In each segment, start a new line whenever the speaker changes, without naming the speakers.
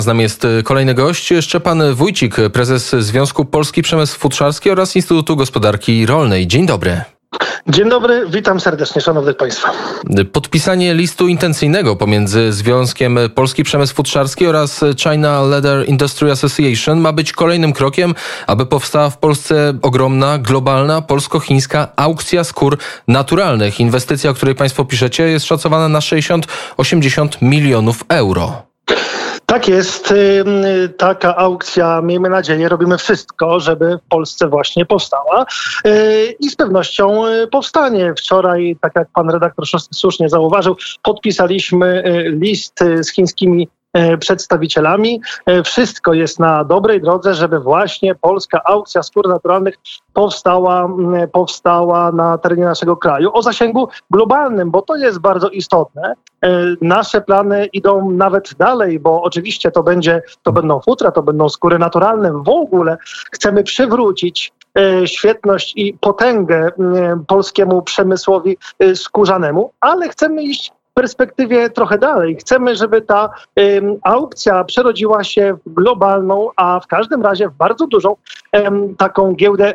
Z nami jest kolejny gość, Szczepan Wójcik, prezes Związku Polski Przemysł Futrzarski oraz Instytutu Gospodarki Rolnej. Dzień dobry.
Dzień dobry, witam serdecznie, szanownych państwa.
Podpisanie listu intencyjnego pomiędzy Związkiem Polski Przemysł Futrzarski oraz China Leather Industry Association ma być kolejnym krokiem, aby powstała w Polsce ogromna, globalna, polsko-chińska aukcja skór naturalnych. Inwestycja, o której państwo piszecie, jest szacowana na 60-80 milionów euro.
Tak jest, taka aukcja, miejmy nadzieję, robimy wszystko, żeby w Polsce właśnie powstała i z pewnością powstanie. Wczoraj, tak jak pan redaktor słusznie zauważył, podpisaliśmy list z chińskimi przedstawicielami. Wszystko jest na dobrej drodze, żeby właśnie polska aukcja skór naturalnych powstała na terenie naszego kraju o zasięgu globalnym, bo to jest bardzo istotne. Nasze plany idą nawet dalej, bo oczywiście to będą futra, to będą skóry naturalne. W ogóle chcemy przywrócić świetność i potęgę polskiemu przemysłowi skórzanemu, ale chcemy iść w perspektywie trochę dalej. Chcemy, żeby ta aukcja przerodziła się w globalną, a w każdym razie w bardzo dużą taką giełdę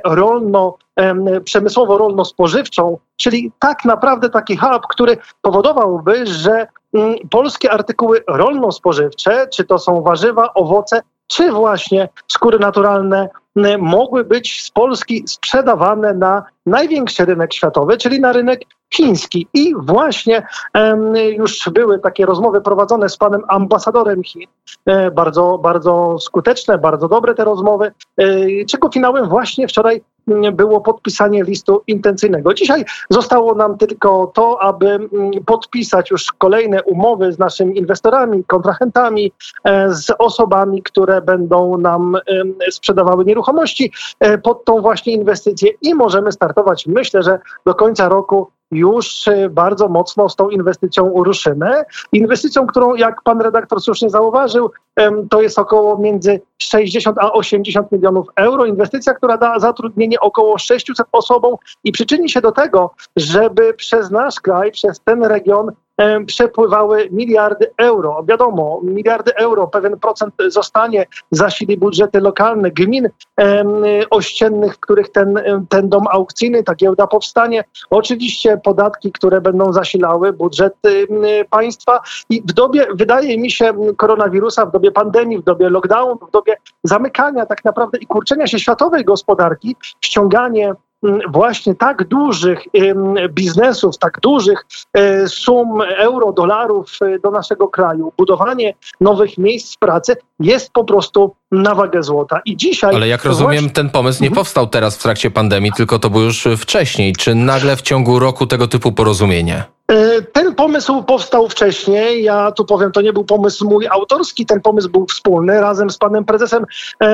przemysłowo-rolno-spożywczą, czyli tak naprawdę taki hub, który powodowałby, że polskie artykuły rolno-spożywcze, czy to są warzywa, owoce, czy właśnie skóry naturalne, mogły być z Polski sprzedawane na największy rynek światowy, czyli na rynek chiński. I właśnie już były takie rozmowy prowadzone z panem ambasadorem Chin. Bardzo, bardzo skuteczne, bardzo dobre te rozmowy, czego finałem właśnie wczoraj było podpisanie listu intencyjnego. Dzisiaj zostało nam tylko to, aby podpisać już kolejne umowy z naszymi inwestorami, kontrahentami, z osobami, które będą nam sprzedawały nieruchomości pod tą właśnie inwestycję i możemy startować. Myślę, że do końca roku już bardzo mocno z tą inwestycją ruszymy. Inwestycją, którą, jak pan redaktor słusznie zauważył, to jest około między 60 a 80 milionów euro. Inwestycja, która da zatrudnienie około 600 osobom i przyczyni się do tego, żeby przez nasz kraj, przez ten region przepływały miliardy euro. Wiadomo, miliardy euro, pewien procent zostanie, zasili budżety lokalne, gmin ościennych, w których ten dom aukcyjny, ta giełda powstanie. Oczywiście podatki, które będą zasilały budżet państwa i w dobie, wydaje mi się, koronawirusa, w dobie pandemii, w dobie lockdownu, w dobie zamykania tak naprawdę i kurczenia się światowej gospodarki, ściąganie właśnie tak dużych biznesów, tak dużych sum euro, dolarów do naszego kraju, budowanie nowych miejsc pracy jest po prostu na wagę złota. I dzisiaj...
Ale jak rozumiem, ten pomysł nie powstał teraz w trakcie pandemii, tylko to było już wcześniej. Czy nagle w ciągu roku tego typu porozumienie?
Ten pomysł powstał wcześniej. Ja tu powiem, to nie był pomysł mój autorski, ten pomysł był wspólny razem z panem prezesem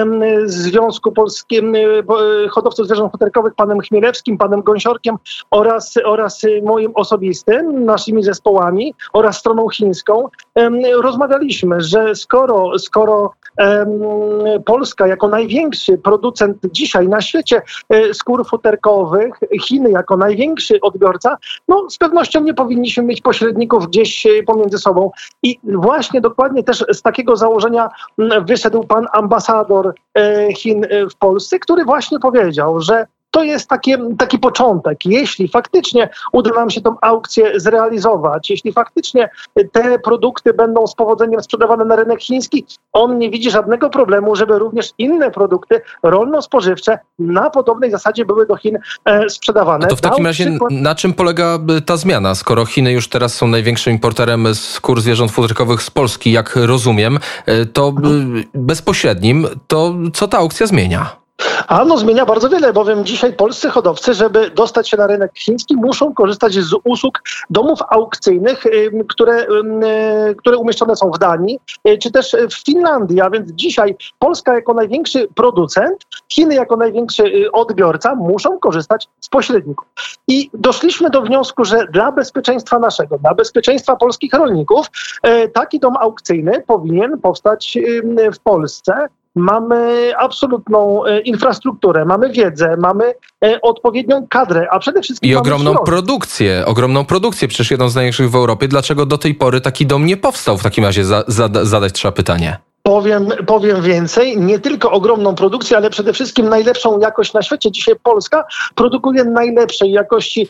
Związku Polskim Hodowców Zwierząt Futerkowych, panem Chmielewskim, panem Gąsiorkiem oraz moim osobistym, naszymi zespołami oraz stroną chińską. Rozmawialiśmy, że skoro Polska jako największy producent dzisiaj na świecie skór futerkowych, Chiny jako największy odbiorca, no z pewnością nie powinniśmy mieć pośredników gdzieś pomiędzy sobą. I właśnie dokładnie też z takiego założenia wyszedł pan ambasador Chin w Polsce, który właśnie powiedział, że to jest taki początek. Jeśli faktycznie uda nam się tą aukcję zrealizować, jeśli faktycznie te produkty będą z powodzeniem sprzedawane na rynek chiński, on nie widzi żadnego problemu, żeby również inne produkty rolno-spożywcze na podobnej zasadzie były do Chin sprzedawane.
A to w takim razie na czym polega ta zmiana? Skoro Chiny już teraz są największym importerem skór zwierząt futerkowych z Polski, jak rozumiem, to bezpośrednim, to co ta aukcja zmienia?
Zmienia bardzo wiele, bowiem dzisiaj polscy hodowcy, żeby dostać się na rynek chiński, muszą korzystać z usług domów aukcyjnych, które umieszczone są w Danii, czy też w Finlandii. A więc dzisiaj Polska jako największy producent, Chiny jako największy odbiorca muszą korzystać z pośredników. I doszliśmy do wniosku, że dla bezpieczeństwa naszego, dla bezpieczeństwa polskich rolników, taki dom aukcyjny powinien powstać w Polsce. Mamy absolutną infrastrukturę, mamy wiedzę, mamy odpowiednią kadrę, a przede wszystkim
i ogromną produkcję, przecież jedną z największych w Europie. Dlaczego do tej pory taki dom nie powstał? W takim razie zadać trzeba pytanie.
Powiem więcej, nie tylko ogromną produkcję, ale przede wszystkim najlepszą jakość na świecie. Dzisiaj Polska produkuje najlepszej jakości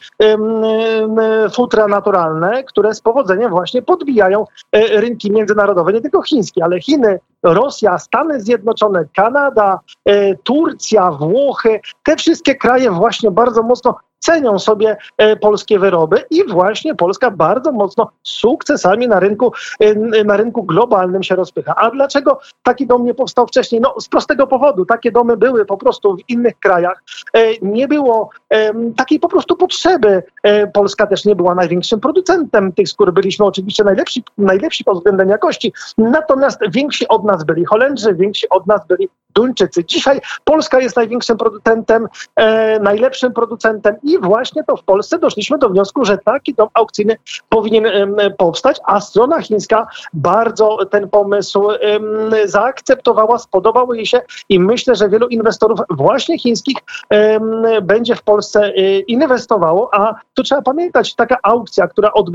futra naturalne, które z powodzeniem właśnie podbijają rynki międzynarodowe, nie tylko chińskie, ale Chiny, Rosja, Stany Zjednoczone, Kanada, Turcja, Włochy. Te wszystkie kraje właśnie bardzo mocno cenią sobie polskie wyroby i właśnie Polska bardzo mocno sukcesami na rynku globalnym się rozpycha. A dlaczego taki dom nie powstał wcześniej? No z prostego powodu. Takie domy były po prostu w innych krajach. Nie było takiej po prostu potrzeby. Polska też nie była największym producentem tych skór. Byliśmy oczywiście najlepsi pod względem jakości. Natomiast więksi od nas byli Holendrzy, więksi od nas byli Duńczycy. Dzisiaj Polska jest największym producentem, najlepszym producentem i właśnie to w Polsce doszliśmy do wniosku, że taki dom aukcyjny powinien powstać, a strona chińska bardzo ten pomysł zaakceptowała, spodobało jej się i myślę, że wielu inwestorów właśnie chińskich będzie w Polsce inwestowało, a tu trzeba pamiętać, takie aukcje,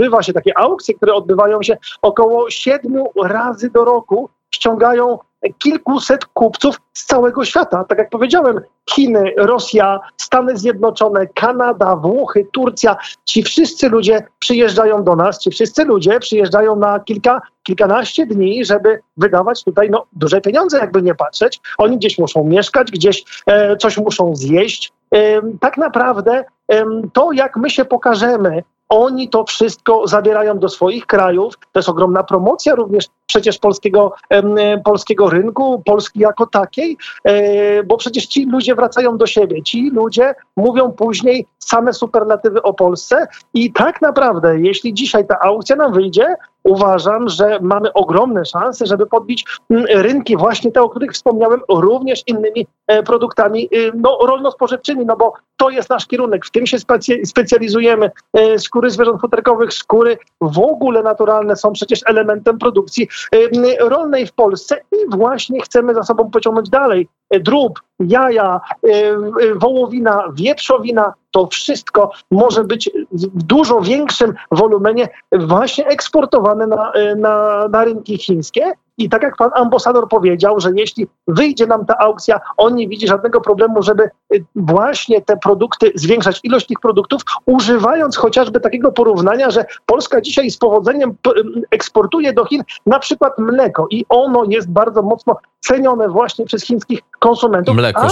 które odbywają się około 7 razy do roku, ściągają kilkuset kupców z całego świata. Tak jak powiedziałem, Chiny, Rosja, Stany Zjednoczone, Kanada, Włochy, Turcja. Ci wszyscy ludzie przyjeżdżają do nas, ci wszyscy ludzie przyjeżdżają na kilkanaście dni, żeby wydawać tutaj duże pieniądze, jakby nie patrzeć. Oni gdzieś muszą mieszkać, gdzieś coś muszą zjeść. Tak naprawdę to, jak my się pokażemy, oni to wszystko zabierają do swoich krajów. To jest ogromna promocja również przecież polskiego rynku, Polski jako takiej, bo przecież ci ludzie wracają do siebie. Ci ludzie mówią później same superlatywy o Polsce i tak naprawdę, jeśli dzisiaj ta aukcja nam wyjdzie, uważam, że mamy ogromne szanse, żeby podbić rynki właśnie te, o których wspomniałem, również innymi produktami rolno-spożywczymi, bo to jest nasz kierunek, w tym się specjalizujemy. Skóry zwierząt futerkowych, skóry w ogóle naturalne są przecież elementem produkcji rolnej w Polsce i właśnie chcemy za sobą pociągnąć dalej. Drób, jaja, wołowina, wieprzowina, to wszystko może być w dużo większym wolumenie właśnie eksportowane na rynki chińskie. I tak jak pan ambasador powiedział, że jeśli wyjdzie nam ta aukcja, on nie widzi żadnego problemu, żeby właśnie te produkty, zwiększać ilość tych produktów, używając chociażby takiego porównania, że Polska dzisiaj z powodzeniem eksportuje do Chin na przykład mleko i ono jest bardzo mocno cenione właśnie przez chińskich konsumentów.
Mleko,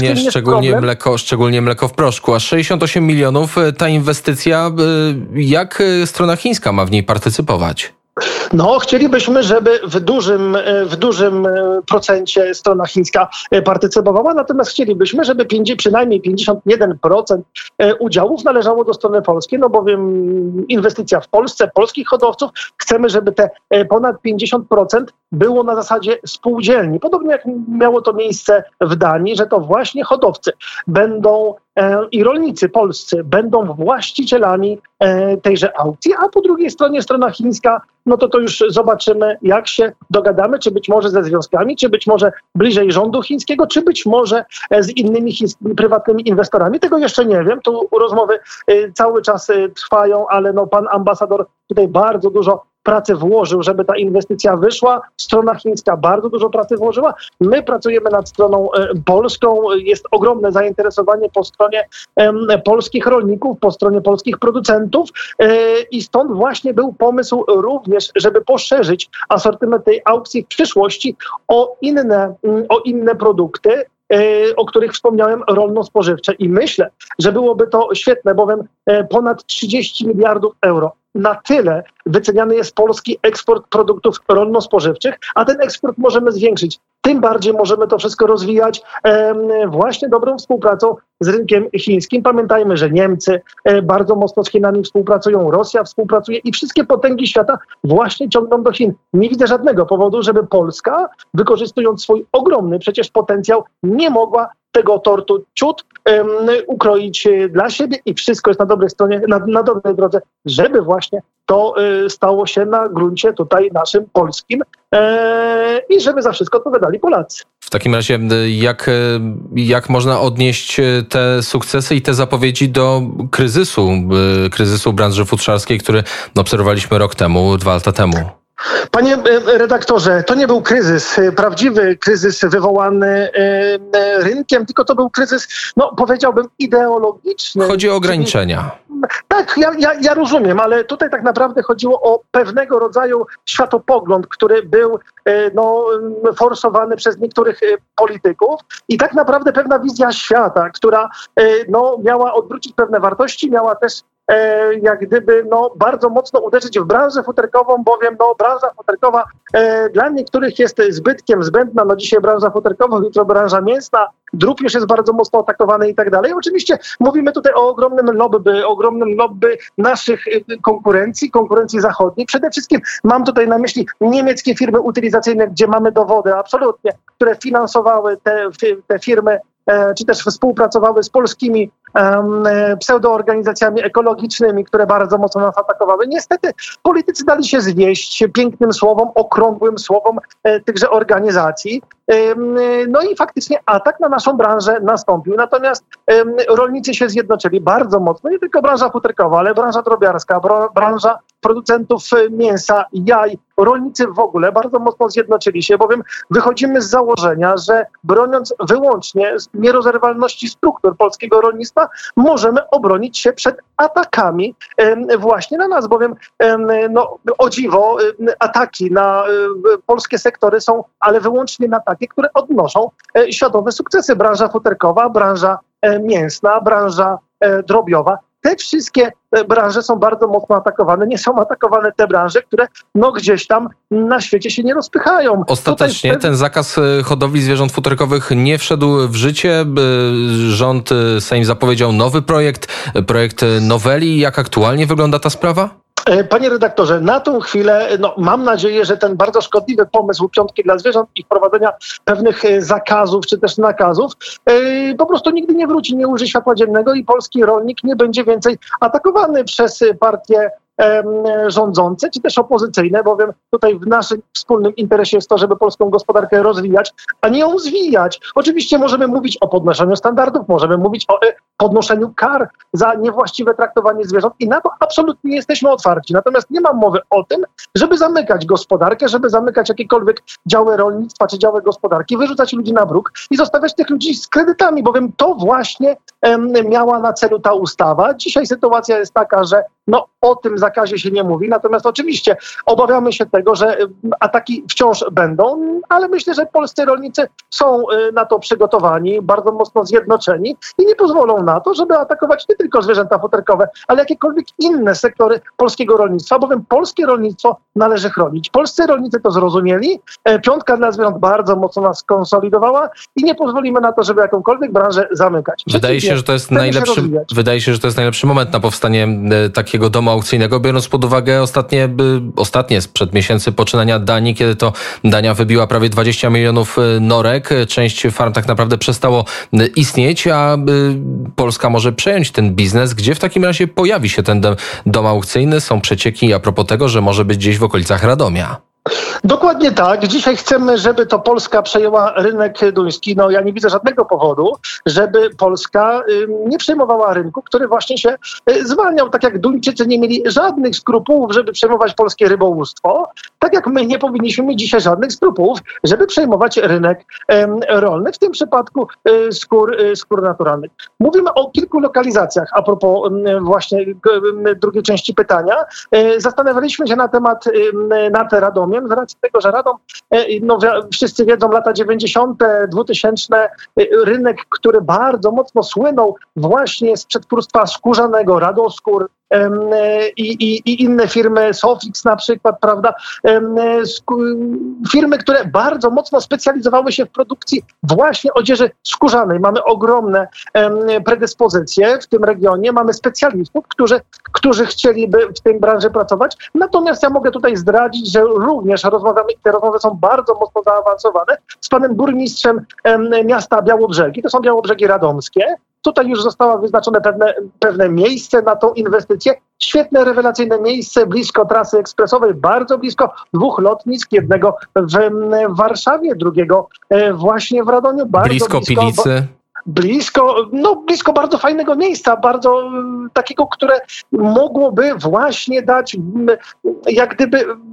szczególnie mleko w proszku. A 68 milionów ta inwestycja, jak strona chińska ma w niej partycypować?
Chcielibyśmy, żeby w dużym procencie strona chińska partycypowała, natomiast chcielibyśmy, żeby przynajmniej 51% udziałów należało do strony polskiej, bowiem inwestycja w Polsce, polskich hodowców, chcemy, żeby te ponad 50% było na zasadzie spółdzielni. Podobnie jak miało to miejsce w Danii, że to właśnie hodowcy będą i rolnicy polscy będą właścicielami tejże aukcji, a po drugiej stronie strona chińska, to już zobaczymy, jak się dogadamy, czy być może ze związkami, czy być może bliżej rządu chińskiego, czy być może z innymi prywatnymi inwestorami. Tego jeszcze nie wiem. Tu rozmowy cały czas trwają, ale pan ambasador tutaj bardzo dużo pracy włożył, żeby ta inwestycja wyszła. Strona chińska bardzo dużo pracy włożyła. My pracujemy nad stroną polską. Jest ogromne zainteresowanie po stronie polskich rolników, po stronie polskich producentów i stąd właśnie był pomysł również, żeby poszerzyć asortyment tej aukcji w przyszłości o inne produkty, o których wspomniałem, rolno-spożywcze. I myślę, że byłoby to świetne, bowiem ponad 30 miliardów euro. Na tyle wyceniany jest polski eksport produktów rolno-spożywczych, a ten eksport możemy zwiększyć. Tym bardziej możemy to wszystko rozwijać właśnie dobrą współpracą z rynkiem chińskim. Pamiętajmy, że Niemcy bardzo mocno z Chinami współpracują, Rosja współpracuje i wszystkie potęgi świata właśnie ciągną do Chin. Nie widzę żadnego powodu, żeby Polska, wykorzystując swój ogromny przecież potencjał, nie mogła tego tortu ciut ukroić dla siebie i wszystko jest na dobrej stronie, na dobrej drodze, żeby właśnie to stało się na gruncie tutaj naszym polskim i żeby za wszystko odpowiadali Polacy.
W takim razie jak można odnieść te sukcesy i te zapowiedzi do kryzysu branży futrzarskiej, który obserwowaliśmy rok temu, 2 lata temu?
Panie redaktorze, to nie był kryzys, prawdziwy kryzys wywołany rynkiem, tylko to był kryzys, powiedziałbym, ideologiczny.
Chodzi o ograniczenia.
Tak, ja rozumiem, ale tutaj tak naprawdę chodziło o pewnego rodzaju światopogląd, który był forsowany przez niektórych polityków i tak naprawdę pewna wizja świata, która miała odwrócić pewne wartości, miała też jak gdyby bardzo mocno uderzyć w branżę futerkową, bowiem branża futerkowa dla niektórych jest zbytkiem zbędna. Dzisiaj branża futerkowa, jutro branża mięsna, drób już jest bardzo mocno atakowany i tak dalej. Oczywiście mówimy tutaj o ogromnym lobby naszych konkurencji zachodniej. Przede wszystkim mam tutaj na myśli niemieckie firmy utylizacyjne, gdzie mamy dowody absolutnie, które finansowały te firmy, czy też współpracowały z polskimi pseudoorganizacjami ekologicznymi, które bardzo mocno nas atakowały. Niestety politycy dali się zwieść pięknym słowom, okrągłym słowom tychże organizacji. I faktycznie atak na naszą branżę nastąpił. Natomiast rolnicy się zjednoczyli bardzo mocno, nie tylko branża futerkowa, ale branża drobiarska, branża producentów mięsa, jaj. Rolnicy w ogóle bardzo mocno zjednoczyli się, bowiem wychodzimy z założenia, że broniąc wyłącznie nierozerwalności struktur polskiego rolnictwa, możemy obronić się przed atakami właśnie na nas, bowiem o dziwo ataki na polskie sektory są, ale wyłącznie na takie, które odnoszą światowe sukcesy. Branża futerkowa, branża mięsna, branża drobiowa. Te wszystkie branże są bardzo mocno atakowane. Nie są atakowane te branże, które gdzieś tam na świecie się nie rozpychają.
Ostatecznie ten zakaz hodowli zwierząt futerkowych nie wszedł w życie. Sejm zapowiedział nowy projekt noweli. Jak aktualnie wygląda ta sprawa?
Panie redaktorze, na tą chwilę mam nadzieję, że ten bardzo szkodliwy pomysł piątki dla zwierząt i wprowadzenia pewnych zakazów czy też nakazów po prostu nigdy nie wróci, nie ujrzy światła dziennego i polski rolnik nie będzie więcej atakowany przez partie rządzące, czy też opozycyjne, bowiem tutaj w naszym wspólnym interesie jest to, żeby polską gospodarkę rozwijać, a nie ją zwijać. Oczywiście możemy mówić o podnoszeniu standardów, możemy mówić o podnoszeniu kar za niewłaściwe traktowanie zwierząt i na to absolutnie nie jesteśmy otwarci. Natomiast nie ma mowy o tym, żeby zamykać gospodarkę, żeby zamykać jakiekolwiek działy rolnictwa czy działy gospodarki, wyrzucać ludzi na bruk i zostawiać tych ludzi z kredytami, bowiem to właśnie miała na celu ta ustawa. Dzisiaj sytuacja jest taka, że o tym zakazie się nie mówi, natomiast oczywiście obawiamy się tego, że ataki wciąż będą, ale myślę, że polscy rolnicy są na to przygotowani, bardzo mocno zjednoczeni i nie pozwolą na to, żeby atakować nie tylko zwierzęta futerkowe, ale jakiekolwiek inne sektory polskiego rolnictwa, bowiem polskie rolnictwo należy chronić. Polscy rolnicy to zrozumieli, piątka dla zwierząt bardzo mocno nas konsolidowała i nie pozwolimy na to, żeby jakąkolwiek branżę zamykać.
Wydaje się, że to jest najlepszy moment na powstanie takiego domu aukcyjnego, biorąc pod uwagę ostatnie sprzed miesięcy poczynania Danii, kiedy to Dania wybiła prawie 20 milionów norek. Część farm tak naprawdę przestało istnieć, a Polska może przejąć ten biznes. Gdzie w takim razie pojawi się ten dom aukcyjny? Są przecieki a propos tego, że może być gdzieś w okolicach Radomia.
Dokładnie tak. Dzisiaj chcemy, żeby to Polska przejęła rynek duński. Ja nie widzę żadnego powodu, żeby Polska nie przejmowała rynku, który właśnie się zwalniał. Tak jak Duńczycy nie mieli żadnych skrupułów, żeby przejmować polskie rybołówstwo, tak jak my nie powinniśmy mieć dzisiaj żadnych skrupułów, żeby przejmować rynek rolny, w tym przypadku skór naturalnych. Mówimy o kilku lokalizacjach a propos właśnie drugiej części pytania. Zastanawialiśmy się na temat nad Radomiem, z racji tego, że Radom, wszyscy wiedzą, lata 90., 2000, rynek, który bardzo mocno słynął właśnie z przetwórstwa skórzanego, Radoskór i inne firmy, Sofix na przykład, prawda? Firmy, które bardzo mocno specjalizowały się w produkcji właśnie odzieży skórzanej. Mamy ogromne predyspozycje w tym regionie, mamy specjalistów, którzy chcieliby w tej branży pracować. Natomiast ja mogę tutaj zdradzić, że również rozmawiamy, te rozmowy są bardzo mocno zaawansowane z panem burmistrzem miasta Białobrzegi. To są Białobrzegi Radomskie. Tutaj już zostało wyznaczone pewne miejsce na tą inwestycję. Świetne, rewelacyjne miejsce blisko trasy ekspresowej, bardzo blisko 2 lotnisk, jednego w Warszawie, drugiego właśnie w Radomiu.
Blisko Pilicy.
Blisko bardzo fajnego miejsca, bardzo takiego, które mogłoby właśnie dać jak gdyby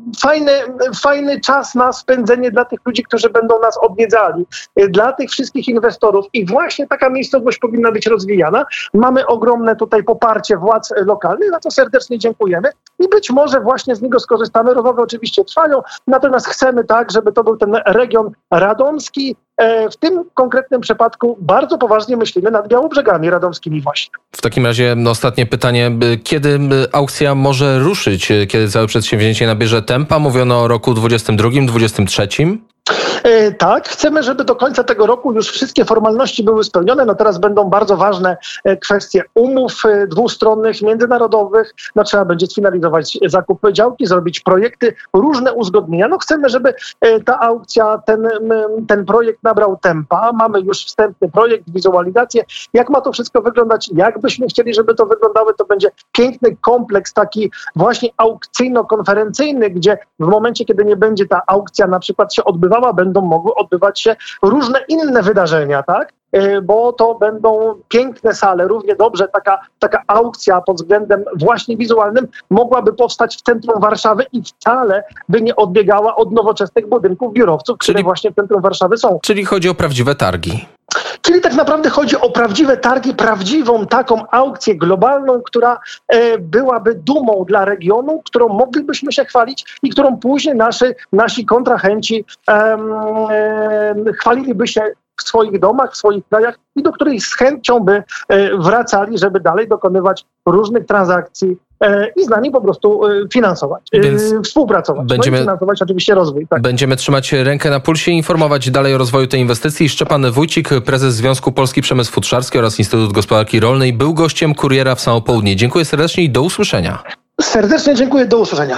fajny czas na spędzenie dla tych ludzi, którzy będą nas odwiedzali, dla tych wszystkich inwestorów i właśnie taka miejscowość powinna być rozwijana. Mamy ogromne tutaj poparcie władz lokalnych, za co serdecznie dziękujemy i być może właśnie z niego skorzystamy. Rozmowy oczywiście trwają, natomiast chcemy tak, żeby to był ten region radomski. W tym konkretnym przypadku bardzo poważnie myślimy nad Białobrzegami radomskimi właśnie.
W takim razie ostatnie pytanie. Kiedy aukcja może ruszyć? Kiedy całe przedsięwzięcie nabierze tempa? Mówiono o roku 2022, 2023?
Tak, chcemy, żeby do końca tego roku już wszystkie formalności były spełnione. No teraz będą bardzo ważne kwestie umów dwustronnych, międzynarodowych. No trzeba będzie sfinalizować zakup działki, zrobić projekty, różne uzgodnienia. No chcemy, żeby ta aukcja, ten projekt nabrał tempa. Mamy już wstępny projekt, wizualizację. Jak ma to wszystko wyglądać? Jak byśmy chcieli, żeby to wyglądało? To będzie piękny kompleks taki właśnie aukcyjno-konferencyjny, gdzie w momencie, kiedy nie będzie ta aukcja na przykład się odbywała, będą mogły odbywać się różne inne wydarzenia, tak? Bo to będą piękne sale. Równie dobrze taka aukcja pod względem właśnie wizualnym mogłaby powstać w centrum Warszawy i wcale by nie odbiegała od nowoczesnych budynków biurowców, które właśnie w centrum Warszawy są.
Czyli chodzi o prawdziwe targi.
Czyli tak naprawdę chodzi o prawdziwe targi, prawdziwą taką aukcję globalną, która byłaby dumą dla regionu, którą moglibyśmy się chwalić i którą później nasi kontrahenci chwaliliby się w swoich domach, w swoich krajach i do której z chęcią by wracali, żeby dalej dokonywać różnych transakcji i z nami po prostu finansować, współpracować. No i finansować oczywiście rozwój. Tak.
Będziemy trzymać rękę na pulsie i informować dalej o rozwoju tej inwestycji. Szczepan Wójcik, prezes Związku Polski Przemysł Futrzarski oraz Instytut Gospodarki Rolnej, był gościem Kuriera w Samo Południe. Dziękuję serdecznie i do usłyszenia.
Serdecznie dziękuję, do usłyszenia.